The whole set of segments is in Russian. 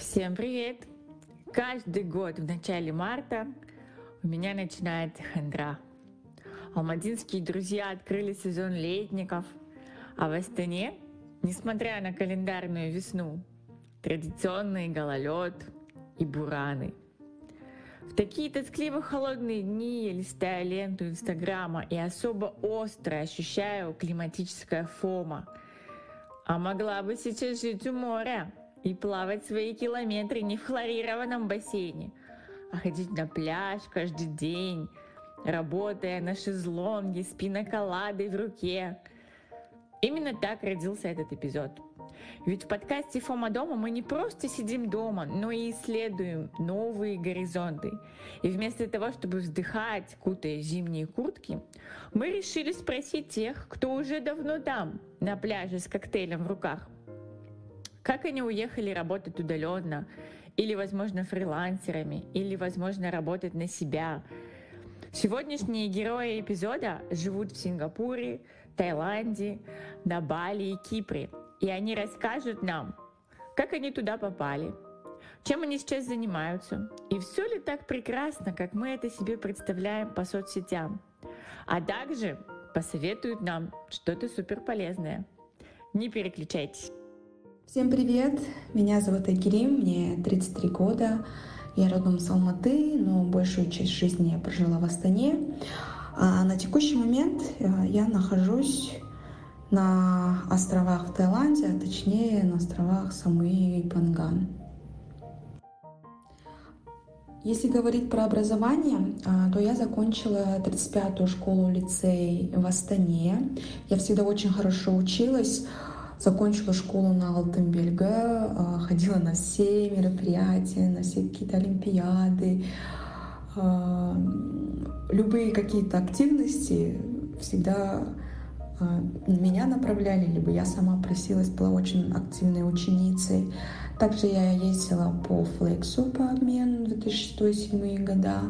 Всем привет! Каждый год в начале марта у меня начинается хандра. Алматинские друзья открыли сезон летников, а в Астане, несмотря на календарную весну, традиционный гололед и бураны. В такие тоскливо холодные дни я листаю ленту Инстаграма и особо остро ощущаю климатическое фомо. А могла бы сейчас жить у моря и плавать свои километры не в хлорированном бассейне, а ходить на пляж каждый день, работая на шезлонге с пиноколадой в руке. Именно так родился этот эпизод. Ведь в подкасте «Фома дома» мы не просто сидим дома, но и исследуем новые горизонты. И вместо того, чтобы вздыхать, кутая зимние куртки, мы решили спросить тех, кто уже давно там, на пляже с коктейлем в руках. Как они уехали работать удаленно, или, возможно, фрилансерами, или, возможно, работать на себя. Сегодняшние герои эпизода живут в Сингапуре, Таиланде, на Бали и Кипре. И они расскажут нам, как они туда попали, чем они сейчас занимаются, и все ли так прекрасно, как мы это себе представляем по соцсетям. А также посоветуют нам что-то суперполезное. Не переключайтесь. Всем привет! Меня зовут Айгерим, мне 33 года. Я родом с Алматы, но большую часть жизни я прожила в Астане. А на текущий момент я нахожусь на островах в Таиланде, а точнее на островах Самуи и Панган. Если говорить про образование, то я закончила 35-ю школу-лицей в Астане. Я всегда очень хорошо училась. Закончила школу на Алтын Белгі, ходила на все мероприятия, на все какие-то олимпиады. Любые какие-то активности всегда меня направляли, либо я сама просилась, была очень активной ученицей. Также я ездила по флексу по обмену 2006-2007 года.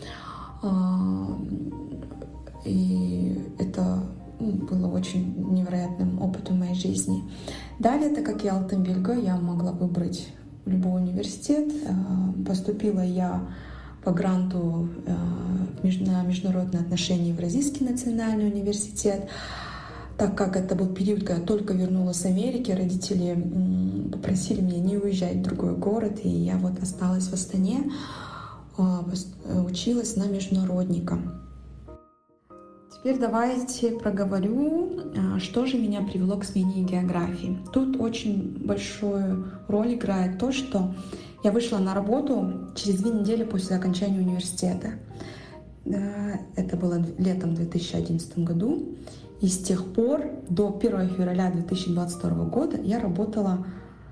И это было очень невероятным опытом в моей жизни. Далее, так как я Алтын Белгі, я могла выбрать любой университет. Поступила я по гранту на международные отношения в Евразийский национальный университет. Так как это был период, когда я только вернулась с Америки, родители попросили меня не уезжать в другой город, и я вот осталась в Астане, училась на международника. Теперь давайте проговорю, что же меня привело к смене географии. Тут очень большую роль играет то, что я вышла на работу через 2 недели после окончания университета. Это было летом 2011 году. И с тех пор до 1 февраля 2022 года я работала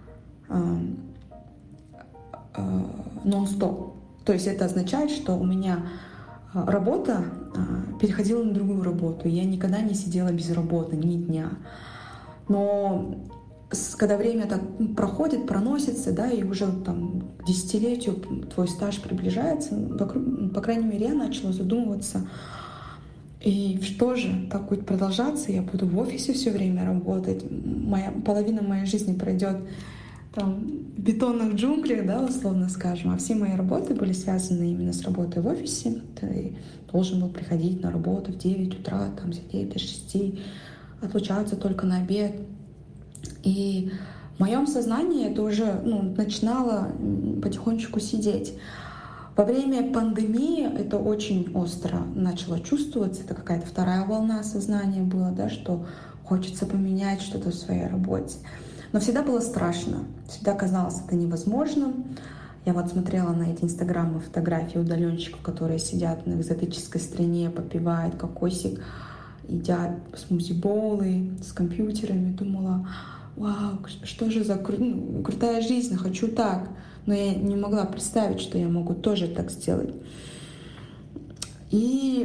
нон-стоп. То есть это означает, что у меня работа переходила на другую работу. Я никогда не сидела без работы ни дня. Но когда время так проходит, проносится, да, и уже там к десятилетию твой стаж приближается, по крайней мере, я начала задумываться, и что же, так будет продолжаться, я буду в офисе все время работать, половина моей жизни пройдет там в бетонных джунглях, да, условно скажем, а все мои работы были связаны именно с работой в офисе. Ты должен был приходить на работу в 9 утра, там сидеть до 6, отлучаться только на обед. И в моем сознании это уже начинало потихонечку сидеть. Во время пандемии это очень остро начало чувствоваться. Это какая-то вторая волна сознания была, да, что хочется поменять что-то в своей работе. Но всегда было страшно, всегда казалось это невозможным. Я вот смотрела на эти инстаграмы фотографии удаленщиков, которые сидят на экзотической стране, попивают кокосик, едят смузи-боулы с компьютерами. Думала, вау, что же за крутая жизнь, хочу так. Но я не могла представить, что я могу тоже так сделать. И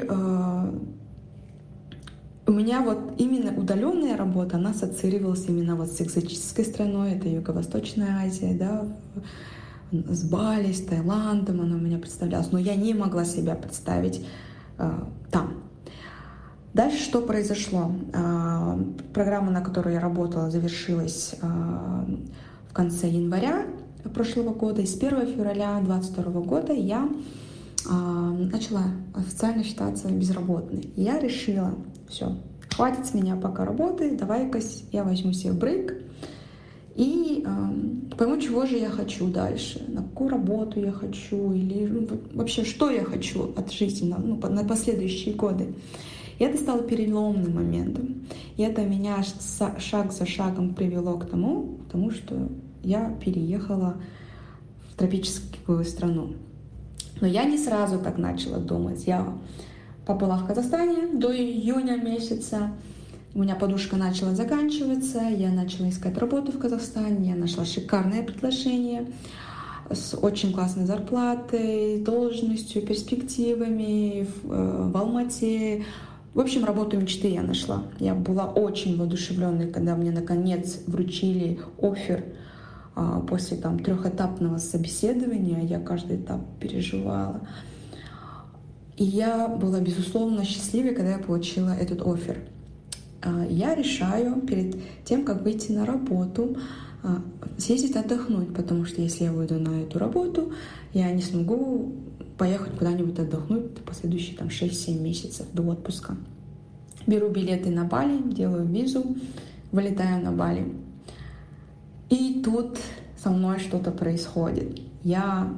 у меня вот именно удаленная работа, она ассоциировалась именно вот с экзотической страной, это Юго-Восточная Азия, да, с Бали, с Таиландом она у меня представлялась, но я не могла себя представить там. Дальше что произошло? Программа, на которой я работала, завершилась в конце января прошлого года, и с 1 февраля 2022 года я начала официально считаться безработной. И я решила, все, хватит с меня пока работы, давай-ка я возьму себе брейк и пойму, чего же я хочу дальше, на какую работу я хочу, или вообще, что я хочу от жизни на последующие годы. И это стало переломным моментом. И это меня шаг за шагом привело к тому, что я переехала в тропическую страну. Но я не сразу так начала думать. Я побыла в Казахстане до июня месяца. У меня подушка начала заканчиваться. Я начала искать работу в Казахстане. Я нашла шикарное предложение с очень классной зарплатой, должностью, перспективами в Алмате. В общем, работу мечты я нашла. Я была очень воодушевленной, когда мне наконец вручили оффер после трехэтапного собеседования. Я каждый этап переживала. И я была, безусловно, счастливой, когда я получила этот оффер. Я решаю перед тем, как выйти на работу, съездить отдохнуть, потому что если я выйду на эту работу, я не смогу поехать куда-нибудь отдохнуть последующие 6-7 месяцев до отпуска. Беру билеты на Бали, делаю визу, вылетаю на Бали. И тут со мной что-то происходит. Я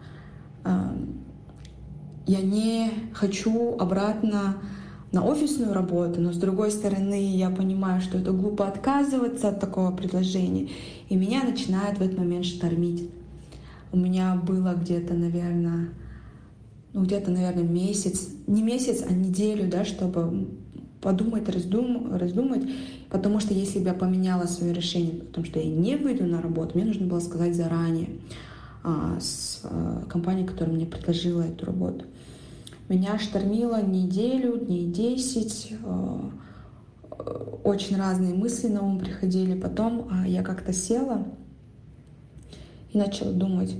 не хочу обратно на офисную работу, но с другой стороны я понимаю, что это глупо отказываться от такого предложения, и меня начинает в этот момент штормить. У меня было где-то, наверное, месяц, не месяц, а неделю, чтобы подумать, раздумать, потому что если бы я поменяла свое решение, потому что я не выйду на работу, мне нужно было сказать заранее с компанией, которая мне предложила эту работу. Меня штормило неделю, дней 10, очень разные мысли на ум приходили. Потом я как-то села и начала думать,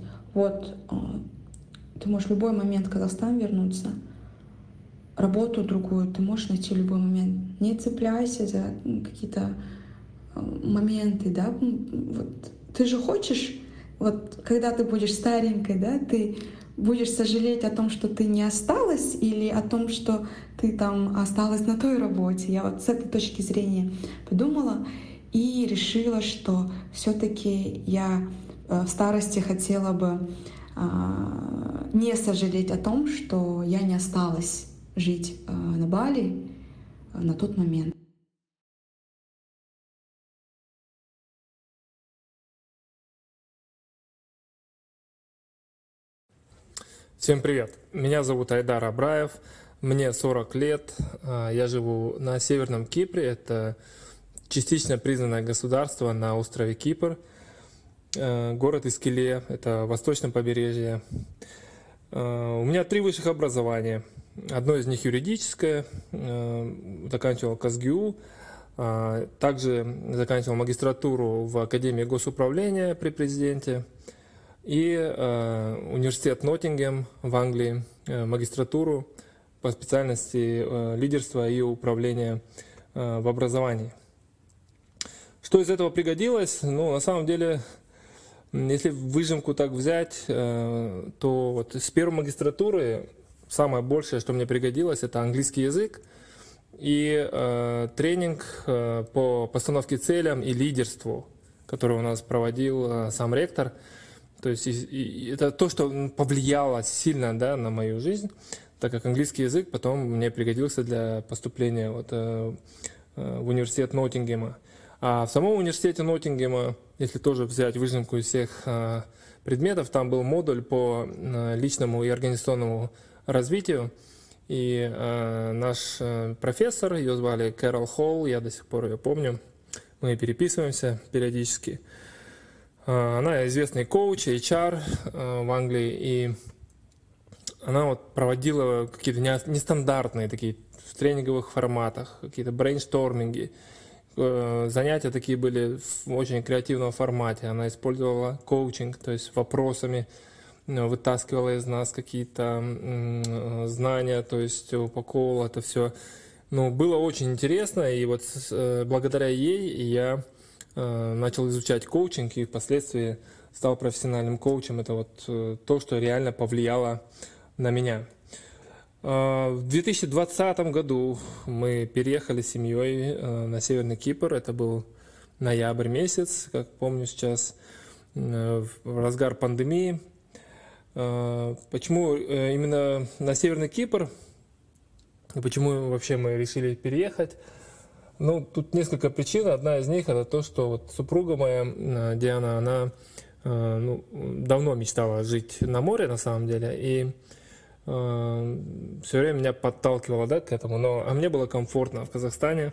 ты можешь в любой момент в Казахстан вернуться, работу другую ты можешь найти в любой момент. Не цепляйся за какие-то моменты, да. Ты же хочешь, когда ты будешь старенькой, да, ты будешь сожалеть о том, что ты не осталась, или о том, что ты осталась на той работе. Я с этой точки зрения подумала и решила, что все-таки я в старости хотела бы не сожалеть о том, что я не осталась жить на Бали на тот момент. Всем привет! Меня зовут Айдар Абраев, мне 40 лет, я живу на Северном Кипре, это частично признанное государство на острове Кипр, город Искеле, это восточное побережье. У меня 3 высших образования, одно из них юридическое, заканчивал КазГУ, также заканчивал магистратуру в Академии госуправления при президенте, и университет Ноттингем в Англии, магистратуру по специальности лидерства и управления в образовании. Что из этого пригодилось? На самом деле, если выжимку так взять, то с первой магистратуры самое большее, что мне пригодилось, это английский язык и тренинг по постановке целям и лидерству, который у нас проводил сам ректор. То есть это то, что повлияло сильно, на мою жизнь, так как английский язык потом мне пригодился для поступления в университет Ноттингема. А в самом университете Ноттингема, если тоже взять выжимку из всех предметов, там был модуль по личному и организационному развитию. И наш профессор, ее звали Кэрол Холл, я до сих пор ее помню, мы переписываемся периодически. Она известный коуч, HR в Англии, и она проводила какие-то нестандартные такие в тренинговых форматах, какие-то брейншторминги. Занятия такие были в очень креативном формате. Она использовала коучинг, то есть вопросами вытаскивала из нас какие-то знания, то есть упаковывала это все. Было очень интересно, и благодаря ей я начал изучать коучинг и впоследствии стал профессиональным коучем. Это вот то, что реально повлияло на меня. В 2020 году мы переехали с семьей на Северный Кипр. Это был ноябрь месяц, как помню сейчас, в разгар пандемии. Почему именно на Северный Кипр? Почему вообще мы решили переехать? Ну, тут несколько причин. Одна из них это то, что вот супруга моя, Диана, она давно мечтала жить на море на самом деле. И все время меня подталкивало, да, к этому. А мне было комфортно в Казахстане.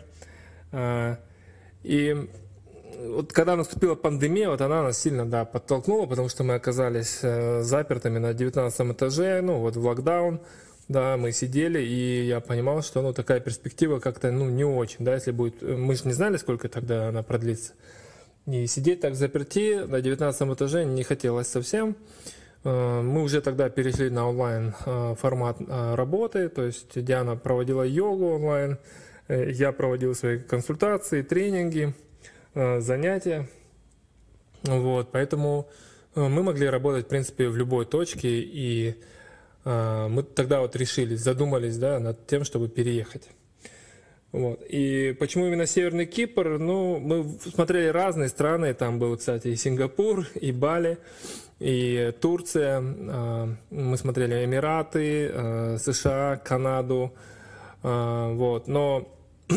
И вот когда наступила пандемия, вот она нас сильно, да, подтолкнула, потому что мы оказались запертыми на 19 этаже, в локдаун, да, мы сидели, и я понимал, что, такая перспектива как-то, не очень, да, если будет, мы же не знали, сколько тогда она продлится, и сидеть так взаперти на 19 этаже не хотелось совсем. Мы уже тогда перешли на онлайн формат работы, то есть Диана проводила йогу онлайн, я проводил свои консультации, тренинги, занятия, поэтому мы могли работать, в принципе, в любой точке, и мы тогда вот решились, задумались, да, над тем, чтобы переехать. И почему именно Северный Кипр? Мы смотрели разные страны, там был, кстати, и Сингапур, и Бали, и Турция, мы смотрели Эмираты, США, Канаду, но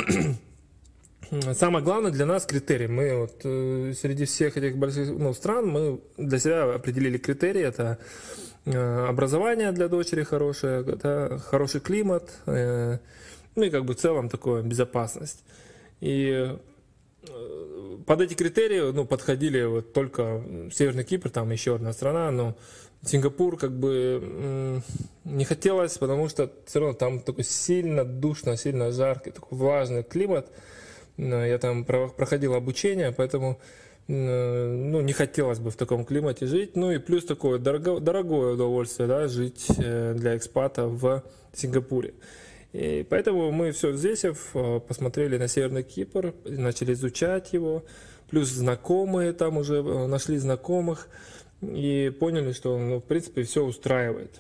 самое главное для нас критерий. Мы среди всех этих больших стран мы для себя определили критерии. Это образование для дочери хорошее, да, хороший климат, и в целом такое безопасность. И под эти критерии подходили только Северный Кипр, там еще одна страна, но Сингапур не хотелось, потому что все равно там такой сильно душно, сильно жаркий, такой влажный климат. Я там проходил обучение, поэтому не хотелось бы в таком климате жить. И плюс такое дорогое удовольствие, да, жить для экспата в Сингапуре. И поэтому мы все взвесив, посмотрели на Северный Кипр, начали изучать его. Плюс знакомые там уже нашли знакомых и поняли, что в принципе все устраивает.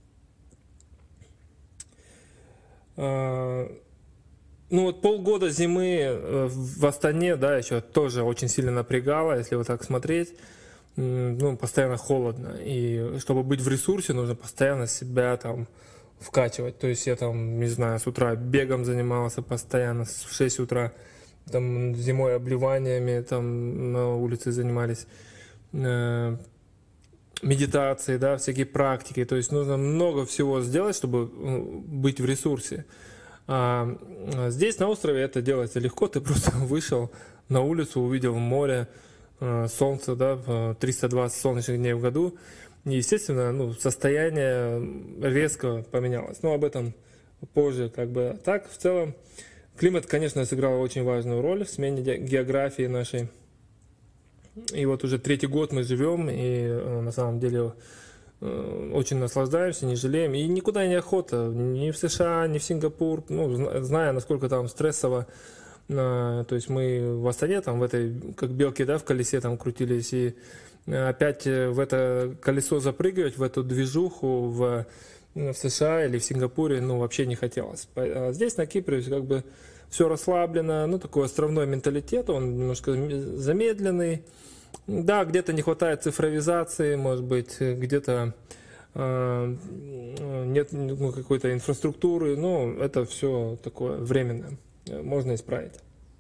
Полгода зимы в Астане, да, еще тоже очень сильно напрягало, если вот так смотреть. Постоянно холодно. И чтобы быть в ресурсе, нужно постоянно себя там вкачивать. То есть я там, не знаю, с утра бегом занимался постоянно, в 6 утра, там зимой обливаниями там на улице занимались, медитации, да, всякие практики. То есть нужно много всего сделать, чтобы быть в ресурсе. А здесь на острове это делается легко, ты просто вышел на улицу, увидел море, солнце, да, 320 солнечных дней в году, и, естественно, состояние резко поменялось. Об этом позже Так, в целом, климат, конечно, сыграл очень важную роль в смене географии нашей. И уже 3-й год мы живем, и на самом деле очень наслаждаемся, не жалеем. И никуда не охота, ни в США, ни в Сингапур, зная, насколько там стрессово. То есть мы в Астане, там в этой, как белки, да, в колесе там крутились, и опять в это колесо запрыгивать, в эту движуху в США или в Сингапуре, вообще не хотелось. А здесь на Кипре все расслаблено, такой островной менталитет, он немножко замедленный. Да, где-то не хватает цифровизации, может быть, где-то нет какой-то инфраструктуры, но это все такое временное, можно исправить.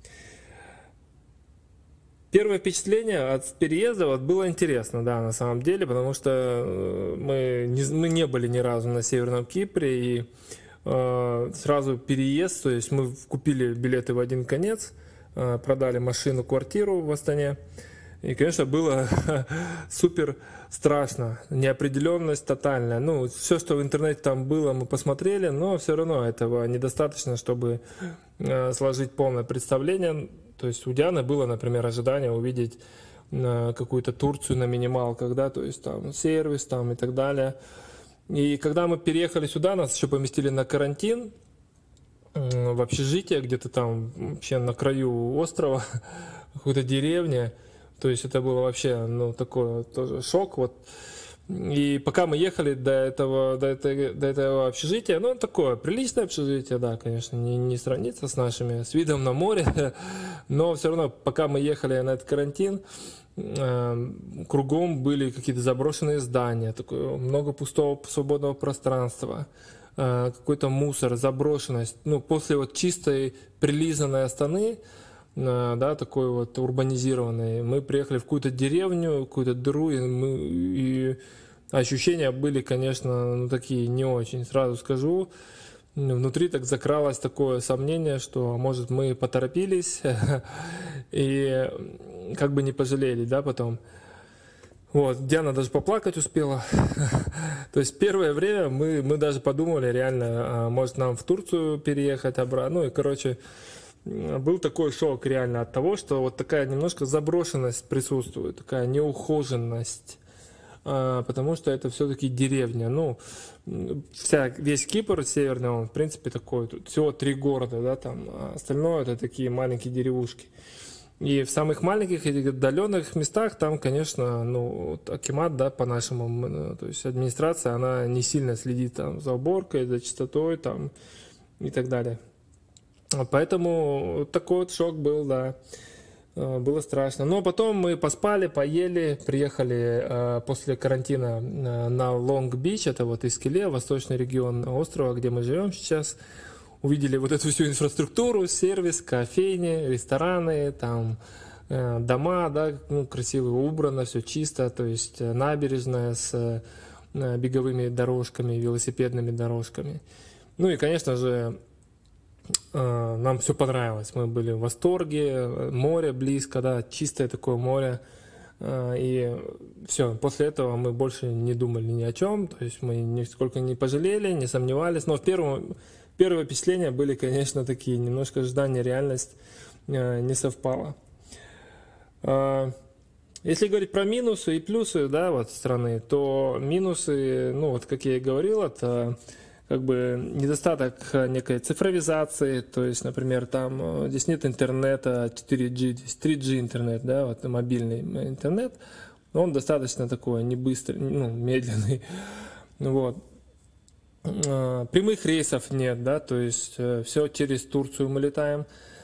Первое впечатление от переезда было интересно, да, на самом деле, потому что мы не были ни разу на Северном Кипре, и сразу переезд, то есть мы купили билеты в один конец, продали машину, квартиру в Астане. И, конечно, было супер страшно, неопределенность тотальная. Все, что в интернете там было, мы посмотрели, но все равно этого недостаточно, чтобы сложить полное представление. То есть у Дианы было, например, ожидание увидеть какую-то Турцию на минималках, да, то есть там сервис там и так далее. И когда мы переехали сюда, нас еще поместили на карантин в общежитие, где-то там вообще на краю острова, какой-то деревне. То есть это было вообще, ну, такой тоже шок. Вот. И пока мы ехали до этого общежития, ну, такое приличное общежитие, да, конечно, не сравнится с нашими, с видом на море, но все равно, пока мы ехали на этот карантин, кругом были какие-то заброшенные здания, такое, много пустого свободного пространства, какой-то мусор, заброшенность. Ну, после вот чистой прилизанной Астаны, да, такой вот урбанизированной, мы приехали в какую-то деревню, какую-то дыру, и ощущения были, конечно, ну, такие не очень, сразу скажу. Внутри так закралось такое сомнение, что, может, мы поторопились и как бы не пожалели, да, потом. Вот, Диана даже поплакать успела. То есть первое время мы даже подумали реально, может, нам в Турцию переехать обратно. Ну и, короче, был такой шок реально от того, что вот такая немножко заброшенность присутствует, такая неухоженность, потому что это все-таки деревня. Ну, весь Кипр северный, он, в принципе, такой, тут всего 3 города, да, там, а остальное это такие маленькие деревушки. И в самых маленьких и отдаленных местах там, конечно, ну, акимат, да, по-нашему, то есть администрация, она не сильно следит там за уборкой, за чистотой там и так далее. Поэтому такой вот шок был, да, было страшно. Но потом мы поспали, поели, приехали после карантина на Лонг-Бич, это вот Искеле, восточный регион острова, где мы живем сейчас. Увидели вот эту всю инфраструктуру, сервис, кофейни, рестораны, там дома, да, ну, красиво убрано, все чисто, то есть набережная с беговыми дорожками, велосипедными дорожками. Ну и, конечно же, нам все понравилось, мы были в восторге, море близко, да, чистое такое море, и все, после этого мы больше не думали ни о чем, то есть мы нисколько не пожалели, не сомневались, но первые впечатления были, конечно, такие, немножко ожидание, реальность не совпало. Если говорить про минусы и плюсы, да, вот страны, то минусы, ну вот как я и говорил, это как бы недостаток некой цифровизации, то есть, например, там здесь нет интернета 4G, здесь 3G интернет, да, вот мобильный интернет, он достаточно такой не быстрый, ну, медленный, вот. Прямых рейсов нет, да, то есть все через Турцию мы летаем,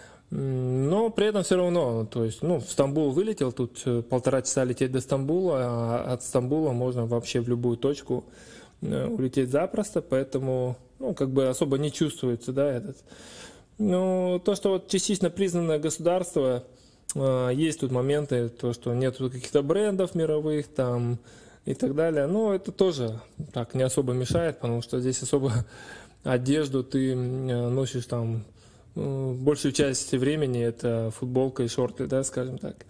но при этом все равно, то есть, ну, в Стамбул вылетел, тут 1,5 часа лететь до Стамбула, а от Стамбула можно вообще в любую точку улететь запросто, поэтому, ну, как бы особо не чувствуется, да, этот. Но то, что вот частично признанное государство, есть тут моменты, то, что нет каких-то брендов мировых, там, и так далее, но это тоже так не особо мешает, потому что здесь особо одежду ты носишь там большую часть времени, это футболка и шорты, да, скажем так.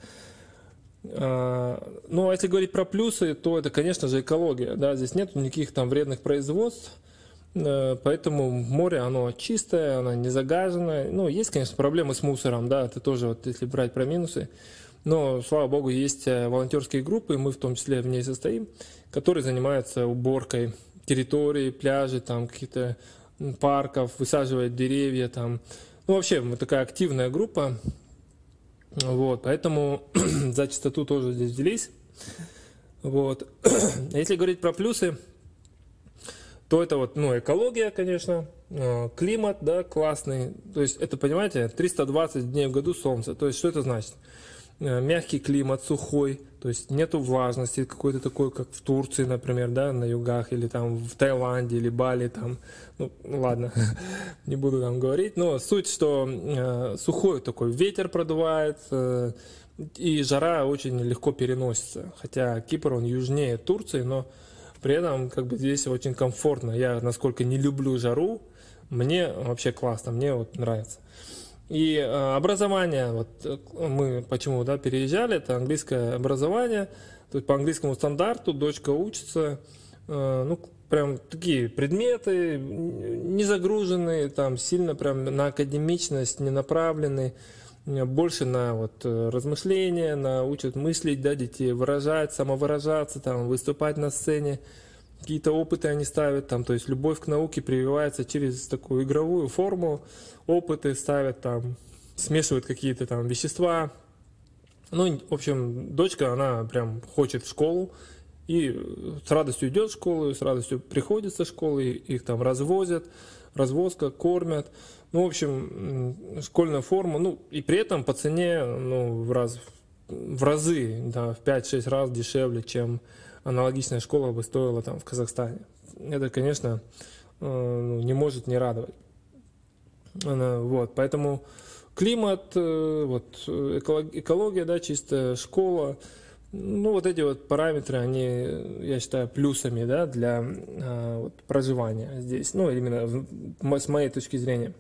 Ну, а если говорить про плюсы, то это, конечно же, экология, да, здесь нет никаких там вредных производств, поэтому море, оно чистое, оно не загаженное, ну, есть, конечно, проблемы с мусором, да, это тоже, вот, если брать про минусы, но, слава богу, есть волонтерские группы, мы в том числе в ней состоим, которые занимаются уборкой территорий, пляжей, там, каких-то парков, высаживают деревья, там, ну, вообще, мы такая активная группа. Вот, поэтому за чистоту тоже здесь взялись. Вот. Если говорить про плюсы, то это вот, ну, экология, конечно, климат, да, классный. То есть это, понимаете, 320 дней в году солнце. То есть что это значит? Мягкий климат, сухой, то есть нету влажности какой-то такой, как в Турции, например, да, на югах, или там в Таиланде, или Бали, там, ну ладно, не буду там говорить, но суть, что сухой такой ветер продувает, и жара очень легко переносится, хотя Кипр, он южнее Турции, но при этом как бы здесь очень комфортно, я насколько не люблю жару, мне вообще классно, мне вот нравится. И образование, вот мы почему, да, переезжали, это английское образование, то есть по английскому стандарту дочка учится, ну, прям такие предметы, не загруженные, там, сильно прям на академичность не направлены, больше на вот размышления, на учат мыслить, да, детей, выражать, самовыражаться, там, выступать на сцене. Какие-то опыты они ставят, там, то есть любовь к науке прививается через такую игровую форму, опыты ставят, там, смешивают какие-то там вещества, Ну, в общем, дочка, она прям хочет в школу, и с радостью идет в школу, с радостью приходит со школы, их там развозят, развозка, кормят. Ну, в общем, школьная форма, ну, и при этом по цене, ну, в разы, да, в 5-6 раз дешевле, чем аналогичная школа бы стоила там в Казахстане. Это, конечно, не может не радовать. Вот, поэтому климат, вот, экология, да, чистая школа, ну, вот эти вот параметры, они, я считаю, плюсами, да, для вот, проживания здесь, ну, именно с моей точки зрения.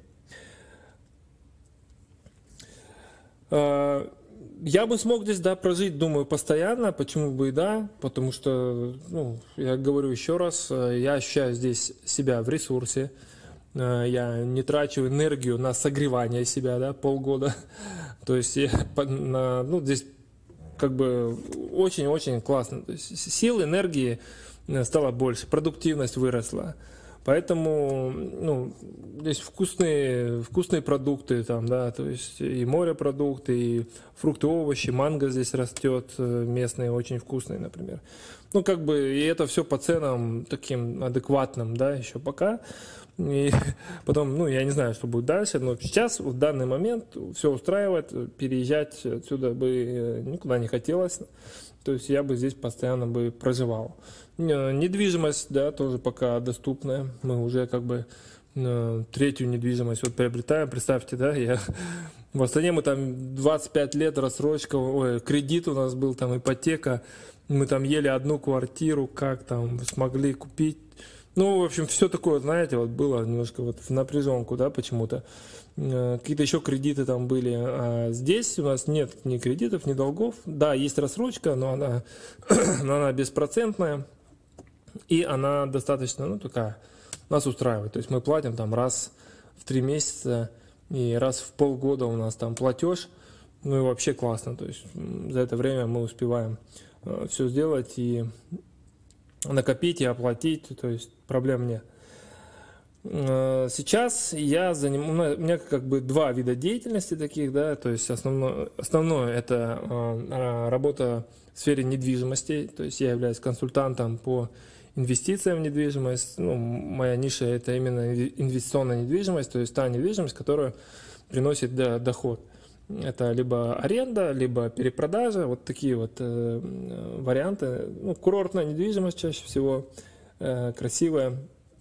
Я бы смог здесь, да, прожить, думаю, постоянно, почему бы и да, потому что, ну, я говорю еще раз, я ощущаю здесь себя в ресурсе, я не трачу энергию на согревание себя, да, полгода, то есть я, ну, здесь как бы очень-очень классно, то есть сил, энергии стало больше, продуктивность выросла. Поэтому, ну, здесь вкусные продукты, там, да, то есть и морепродукты, и фрукты, овощи, манго здесь растет, местные, очень вкусные, например. Ну, как бы, и это все по ценам таким адекватным, да, еще пока. И потом, ну, я не знаю, что будет дальше, но сейчас, в данный момент, все устраивает, переезжать отсюда бы никуда не хотелось. То есть я бы здесь постоянно бы проживал. Недвижимость, да, тоже пока доступная. Мы уже как бы третью недвижимость вот приобретаем. Представьте, да, в Астане мы там 25 лет рассрочка, кредит у нас был, там ипотека. Мы там ели одну квартиру, как там смогли купить. Ну, в общем, все такое, знаете, вот было немножко вот в напряженку, да, почему-то. Какие-то еще кредиты там были. А здесь у нас нет ни кредитов, ни долгов. Да, есть рассрочка, но она беспроцентная. И она достаточно, ну, такая, нас устраивает. То есть мы платим там раз в 3 месяца и раз в полгода у нас там платеж. Ну и вообще классно. То есть за это время мы успеваем все сделать и накопить, и оплатить. То есть проблем нет. Сейчас у меня как бы 2 вида деятельности таких, да, то есть основное это работа в сфере недвижимости, то есть я являюсь консультантом по инвестициям в недвижимость. Ну, моя ниша это именно инвестиционная недвижимость, то есть та недвижимость, которая приносит доход. Это либо аренда, либо перепродажа, вот такие вот варианты. Ну, курортная недвижимость чаще всего, красивая.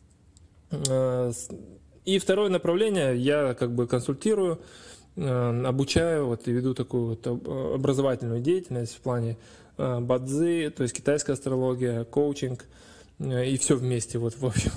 И второе направление, я как бы консультирую, обучаю, вот, и веду такую вот образовательную деятельность в плане бадзи, то есть китайская астрология, коучинг, и все вместе, вот, в общем.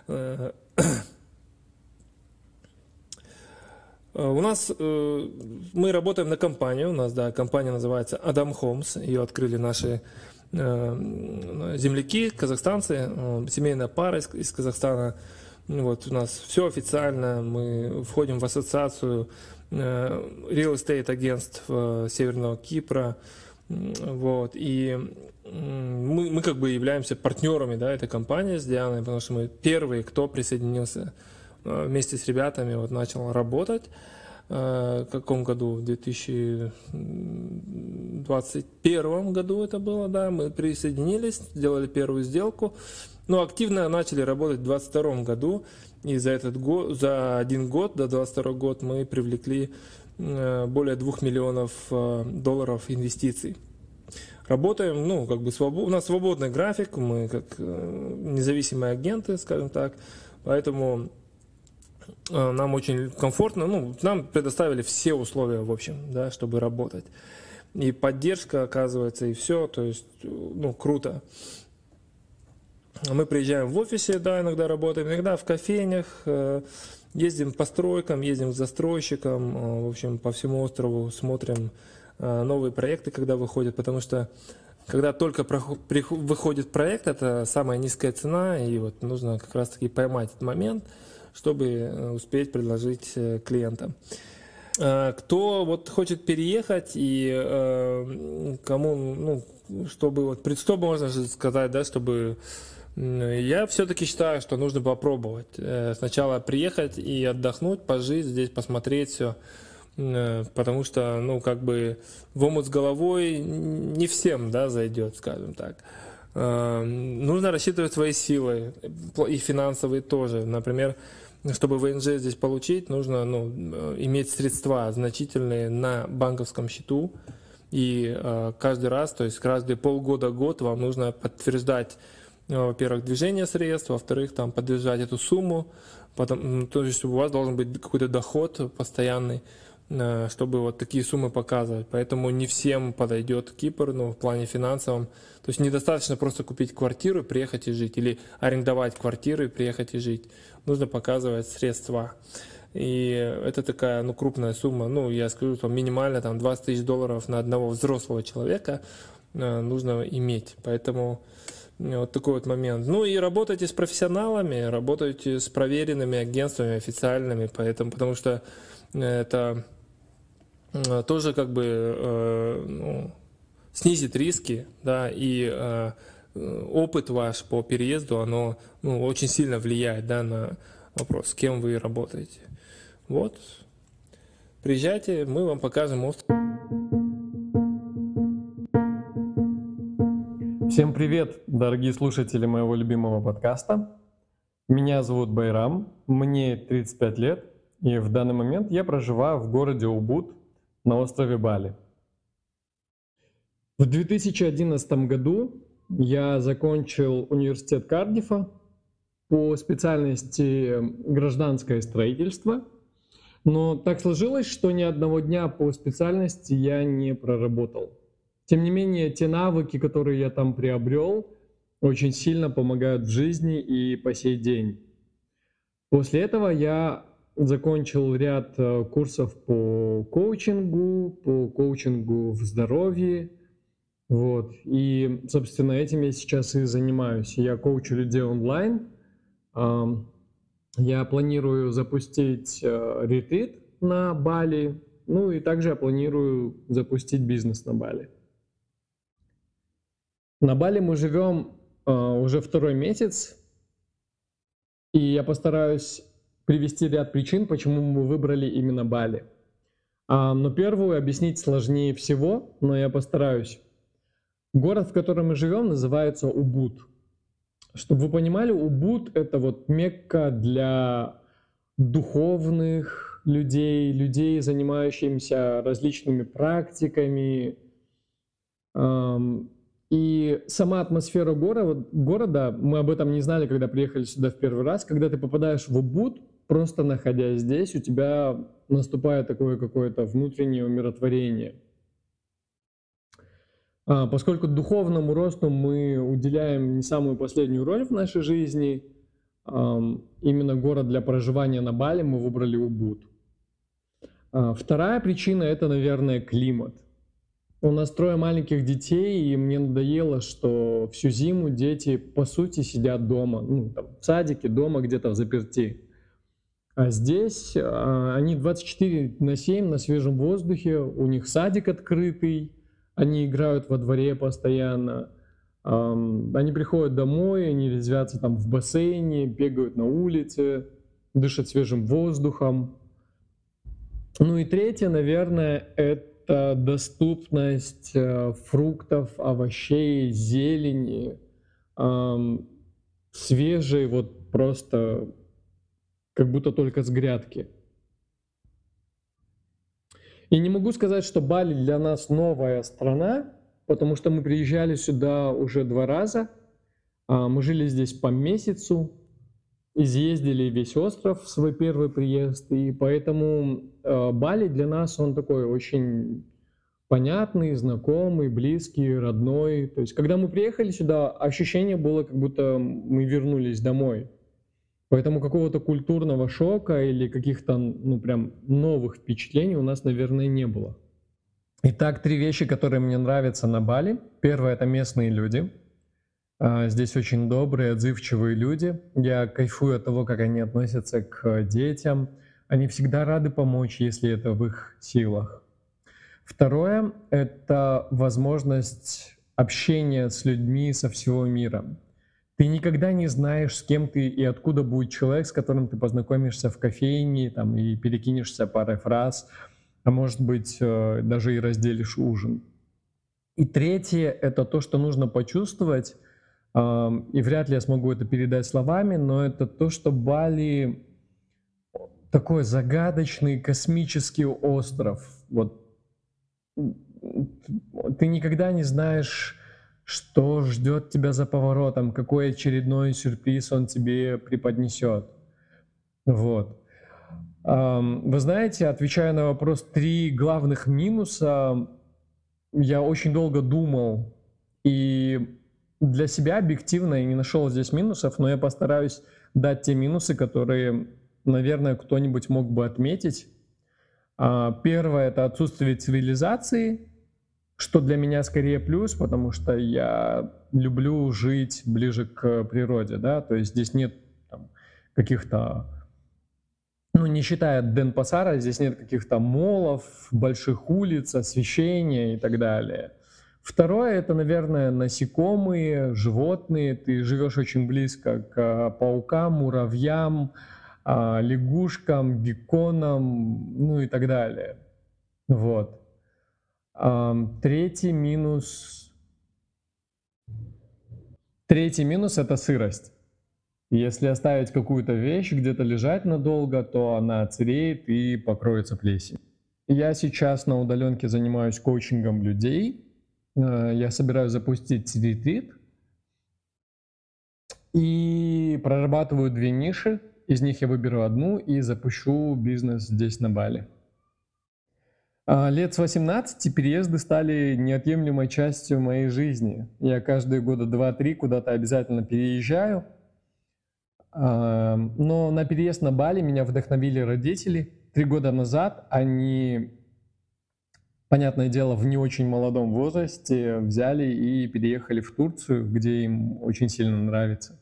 У нас, мы работаем на компанию, у нас, да, компания называется Adam Homes, ее открыли наши земляки, казахстанцы, семейная пара из Казахстана. Вот у нас все официально, мы входим в ассоциацию real estate агентств Северного Кипра, вот, и мы как бы являемся партнерами, да, этой компании с Дианой, потому что мы первые, кто присоединился вместе с ребятами, вот, начал работать. В каком году? В 2021 году это было, да, мы присоединились, сделали первую сделку, но активно начали работать в 2022 году, и за 1 год, до 2022 год, мы привлекли более $2 миллионов инвестиций. Работаем, ну, как бы у нас свободный график, мы как независимые агенты, скажем так, поэтому нам очень комфортно, ну, нам предоставили все условия, в общем, да, чтобы работать. И поддержка, оказывается, и все, то есть, ну, круто. Мы приезжаем в офисе, да, иногда работаем, иногда в кофейнях, ездим по стройкам, ездим к застройщикам, в общем, по всему острову смотрим новые проекты, когда выходят, потому что когда только выходит проект, это самая низкая цена, и вот нужно как раз-таки поймать этот момент, чтобы успеть предложить клиентам. Кто вот хочет переехать и кому, ну, чтобы вот, что можно сказать, да, чтобы я все-таки считаю, что нужно попробовать. Сначала приехать и отдохнуть, пожить здесь, посмотреть все. потому что, в омут с головой не всем, да, зайдет, скажем так. Нужно рассчитывать свои силы, и финансовые тоже. Например, чтобы ВНЖ здесь получить, нужно иметь средства значительные на банковском счету. И каждый раз, то есть каждые полгода-год вам нужно подтверждать, во-первых, движение средств, во-вторых, подтверждать эту сумму. То есть у вас должен быть какой-то доход постоянный, чтобы вот такие суммы показывать. Поэтому не всем подойдет Кипр, в плане финансовом. То есть недостаточно просто купить квартиру, приехать и жить, или арендовать квартиру и приехать и жить. Нужно показывать средства. И это такая, крупная сумма. Я скажу, что минимально $20 тысяч на одного взрослого человека нужно иметь. Поэтому вот такой вот момент. И работайте с профессионалами, работайте с проверенными агентствами официальными, потому что это тоже снизит риски, да, и опыт ваш по переезду, оно очень сильно влияет, да, на вопрос, с кем вы работаете. Вот, приезжайте, мы вам покажем остров. Всем привет, дорогие слушатели моего любимого подкаста. Меня зовут Байрам, мне 35 лет, и в данный момент я проживаю в городе Убуд на острове Бали. В 2011 году я закончил университет Кардифа по специальности гражданское строительство, но так сложилось, что ни одного дня по специальности я не проработал. Тем не менее, те навыки, которые я там приобрел, очень сильно помогают в жизни и по сей день. После этого я закончил ряд курсов по коучингу в здоровье. Вот. И, собственно, этим я сейчас и занимаюсь. Я коучу людей онлайн. Я планирую запустить ретрит на Бали. И также я планирую запустить бизнес на Бали. На Бали мы живем уже второй месяц. И я постараюсь привести ряд причин, почему мы выбрали именно Бали. Но первую объяснить сложнее всего, но я постараюсь. Город, в котором мы живем, называется Убуд. Чтобы вы понимали, Убуд — это Мекка для духовных людей, занимающихся различными практиками. И сама атмосфера города, мы об этом не знали, когда приехали сюда в первый раз. Когда ты попадаешь в Убуд, просто находясь здесь, у тебя наступает такое какое-то внутреннее умиротворение. Поскольку духовному росту мы уделяем не самую последнюю роль в нашей жизни, именно город для проживания на Бали мы выбрали Убуд. Вторая причина — это, наверное, климат. У нас 3 маленьких детей, и мне надоело, что всю зиму дети, по сути, сидят дома, в садике, дома где-то взаперти. А здесь они 24/7 на свежем воздухе, у них садик открытый, они играют во дворе постоянно, они приходят домой, они резвятся в бассейне, бегают на улице, дышат свежим воздухом. И третье, наверное, это доступность фруктов, овощей, зелени, свежей, просто как будто только с грядки. И не могу сказать, что Бали для нас новая страна, потому что мы приезжали сюда уже 2 раза. Мы жили здесь по месяцу, изъездили весь остров в свой первый приезд. И поэтому Бали для нас, он такой очень понятный, знакомый, близкий, родной. То есть, когда мы приехали сюда, ощущение было, как будто мы вернулись домой. Поэтому какого-то культурного шока или каких-то, прям новых впечатлений у нас, наверное, не было. Итак, 3 вещи, которые мне нравятся на Бали. Первое — это местные люди. Здесь очень добрые, отзывчивые люди. Я кайфую от того, как они относятся к детям. Они всегда рады помочь, если это в их силах. Второе — это возможность общения с людьми со всего мира. Ты никогда не знаешь, с кем ты и откуда будет человек, с которым ты познакомишься в кофейне и перекинешься парой фраз. а может быть, даже и разделишь ужин. И третье — это то, что нужно почувствовать, и вряд ли я смогу это передать словами, но это то, что Бали такой загадочный космический остров. Вот ты никогда не знаешь, что ждет тебя за поворотом, какой очередной сюрприз он тебе преподнесет. Вот. Вы знаете, отвечая на вопрос 3 главных минуса, я очень долго думал, и для себя объективно я не нашел здесь минусов, но я постараюсь дать те минусы, которые, наверное, кто-нибудь мог бы отметить. Первое — это отсутствие цивилизации, что для меня скорее плюс, потому что я люблю жить ближе к природе, да, то есть здесь нет там каких-то, не считая Денпасара, здесь нет каких-то молов, больших улиц, освещения и так далее. Второе — это, наверное, насекомые, животные. Ты живешь очень близко к паукам, муравьям, лягушкам, гекконам, и так далее. Вот. Третий минус — это сырость. Если оставить какую-то вещь где-то лежать надолго, то она отсыреет и покроется плесенью. Я сейчас на удаленке занимаюсь коучингом людей. Я собираюсь запустить ретрит и прорабатываю 2 ниши. Из них я выберу одну и запущу бизнес здесь, на Бали. Лет с 18 переезды стали неотъемлемой частью моей жизни. Я каждые года 2-3 куда-то обязательно переезжаю. Но на переезд на Бали меня вдохновили родители. 3 года назад они, понятное дело, в не очень молодом возрасте взяли и переехали в Турцию, где им очень сильно нравится.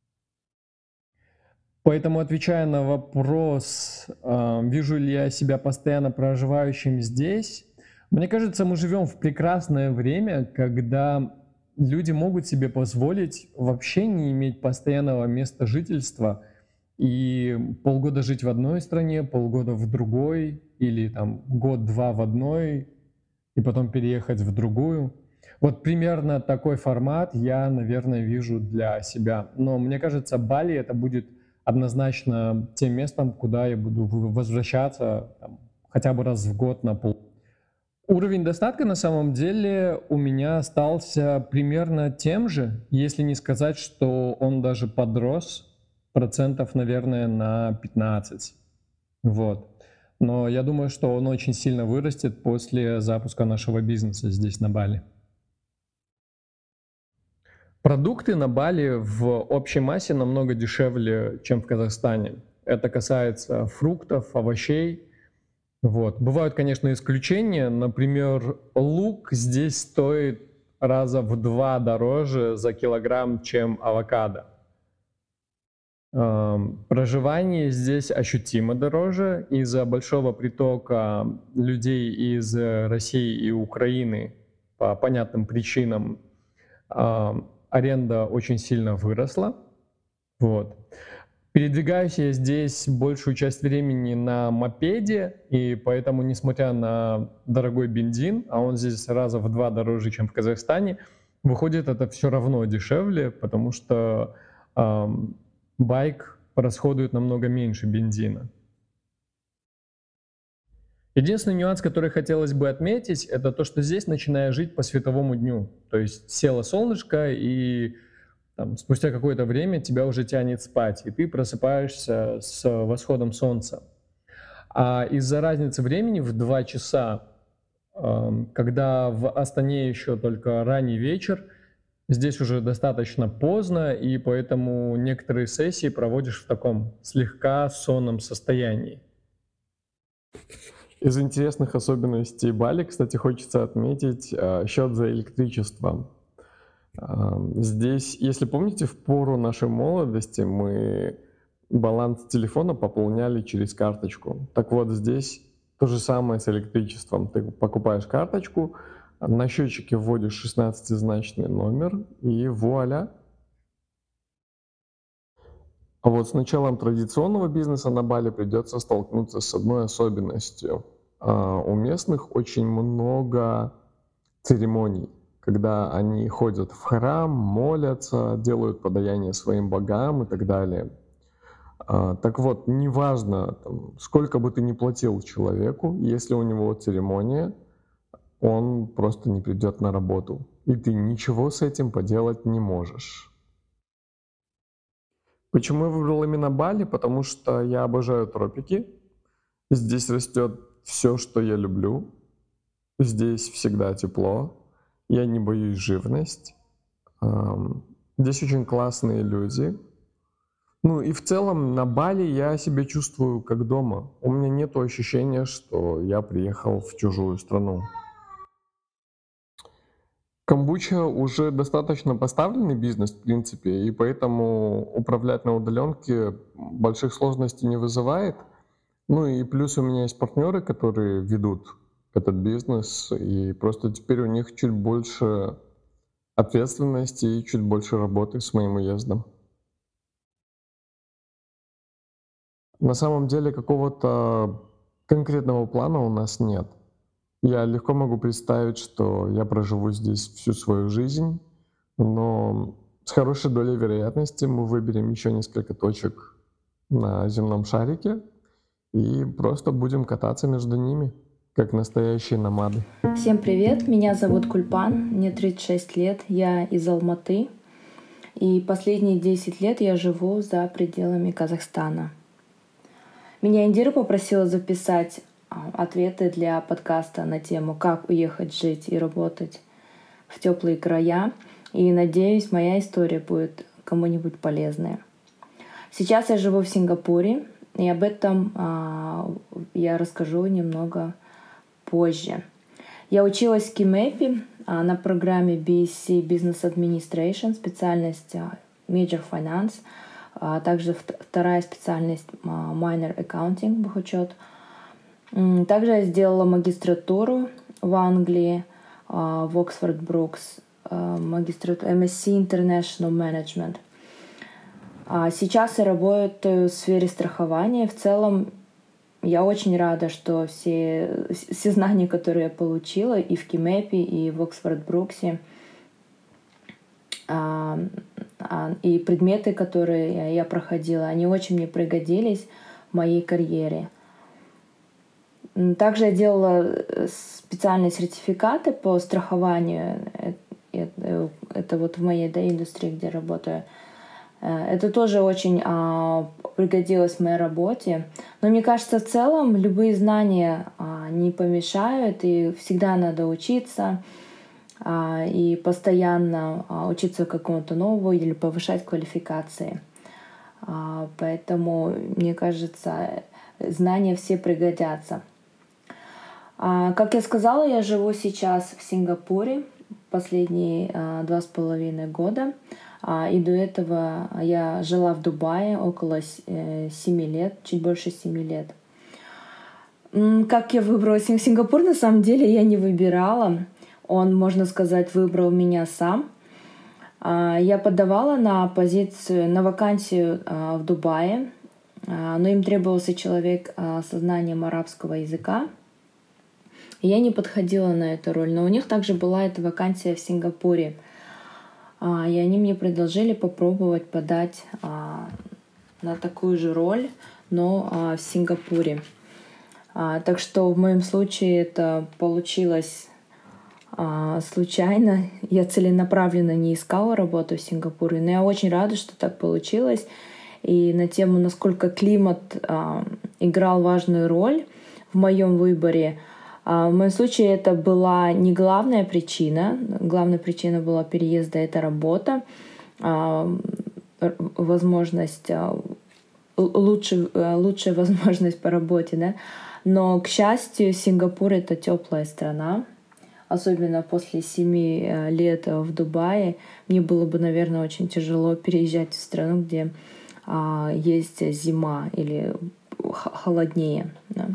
Поэтому, отвечая на вопрос, вижу ли я себя постоянно проживающим здесь, мне кажется, мы живем в прекрасное время, когда люди могут себе позволить вообще не иметь постоянного места жительства и полгода жить в одной стране, полгода в другой, или там год-два в одной, и потом переехать в другую. Вот примерно такой формат я, наверное, вижу для себя. Но мне кажется, Бали — это будет однозначно тем местом, куда я буду возвращаться хотя бы раз в год на пол. Уровень достатка на самом деле у меня остался примерно тем же, если не сказать, что он даже подрос процентов, наверное, на 15. Вот. Но я думаю, что он очень сильно вырастет после запуска нашего бизнеса здесь, на Бали. Продукты на Бали в общей массе намного дешевле, чем в Казахстане. Это касается фруктов, овощей. Вот. Бывают, конечно, исключения. Например, лук здесь стоит раза в 2 дороже за килограмм, чем авокадо. Проживание здесь ощутимо дороже из-за большого притока людей из России и Украины по понятным причинам. Аренда очень сильно выросла. Вот. Передвигаюсь я здесь большую часть времени на мопеде, и поэтому, несмотря на дорогой бензин, а он здесь раза в 2 дороже, чем в Казахстане, выходит это все равно дешевле, потому что байк расходует намного меньше бензина. Единственный нюанс, который хотелось бы отметить, это то, что здесь начинаешь жить по световому дню. То есть село солнышко, и спустя какое-то время тебя уже тянет спать, и ты просыпаешься с восходом солнца. А из-за разницы времени в 2 часа, когда в Астане еще только ранний вечер, здесь уже достаточно поздно, и поэтому некоторые сессии проводишь в таком слегка сонном состоянии. Из интересных особенностей Бали, кстати, хочется отметить счет за электричество. Здесь, если помните, в пору нашей молодости мы баланс телефона пополняли через карточку. Так вот, здесь то же самое с электричеством. Ты покупаешь карточку, на счетчике вводишь 16-значный номер, и вуаля! А вот с началом традиционного бизнеса на Бали придется столкнуться с одной особенностью. у местных очень много церемоний, когда они ходят в храм, молятся, делают подаяние своим богам и так далее. Так вот, неважно, сколько бы ты ни платил человеку, если у него церемония, он просто не придет на работу, и ты ничего с этим поделать не можешь. Почему я выбрал именно Бали? Потому что я обожаю тропики. Здесь растет все, что я люблю. Здесь всегда тепло. Я не боюсь живность. Здесь очень классные люди. Ну и в целом на Бали я себя чувствую как дома. У меня нет ощущения, что я приехал в чужую страну. Камбуча уже достаточно поставленный бизнес, в принципе, и поэтому управлять на удаленке больших сложностей не вызывает. Ну и плюс у меня есть партнеры, которые ведут этот бизнес, и просто теперь у них чуть больше ответственности и чуть больше работы с моим уездом. На самом деле какого-то конкретного плана у нас нет. Я легко могу представить, что я проживу здесь всю свою жизнь, но с хорошей долей вероятности мы выберем еще несколько точек на земном шарике и просто будем кататься между ними, как настоящие номады. Всем привет, меня зовут Кульпан, мне 36 лет, я из Алматы, и последние 10 лет я живу за пределами Казахстана. Меня Индира попросила записать ответы для подкаста на тему «Как уехать жить и работать в теплые края». И надеюсь, моя история будет кому-нибудь полезная. Сейчас я живу в Сингапуре, и об этом я расскажу немного позже. Я училась в КИМЭПе на программе BSc Business Administration, специальность Major Finance, также вторая специальность Minor Accounting, бухучет. Также я сделала магистратуру в Англии, в Оксфорд Брукс, магистратуру MSc International Management. Сейчас я работаю в сфере страхования. В целом я очень рада, что все знания, которые я получила и в КИМЭПе, и в Оксфорд Бруксе, и предметы, которые я проходила, они очень мне пригодились в моей карьере. Также я делала специальные сертификаты по страхованию. Это вот в моей индустрии, где работаю. Это тоже очень пригодилось в моей работе. Но мне кажется, в целом любые знания не помешают, и всегда надо учиться, и постоянно учиться какому-то новому или повышать квалификации. Поэтому, мне кажется, знания все пригодятся. Как я сказала, я живу сейчас в Сингапуре последние 2,5 года. И до этого я жила в Дубае около 7 лет, чуть больше 7 лет. Как я выбрала Сингапур? На самом деле я не выбирала. Он, можно сказать, выбрал меня сам. Я подавала на вакансию в Дубае, но им требовался человек со знанием арабского языка. Я не подходила на эту роль, но у них также была эта вакансия в Сингапуре. И они мне предложили попробовать подать на такую же роль, но в Сингапуре. Так что в моем случае это получилось случайно. Я целенаправленно не искала работу в Сингапуре, но я очень рада, что так получилось. И на тему, насколько климат играл важную роль в моем выборе, в моем случае это была не главная причина. Главная причина была переезда — это работа, возможность, лучшая возможность по работе, да? Но, к счастью, Сингапур — это теплая страна. Особенно после 7 лет в Дубае. Мне было бы, наверное, очень тяжело переезжать в страну, где есть зима или холоднее. Да?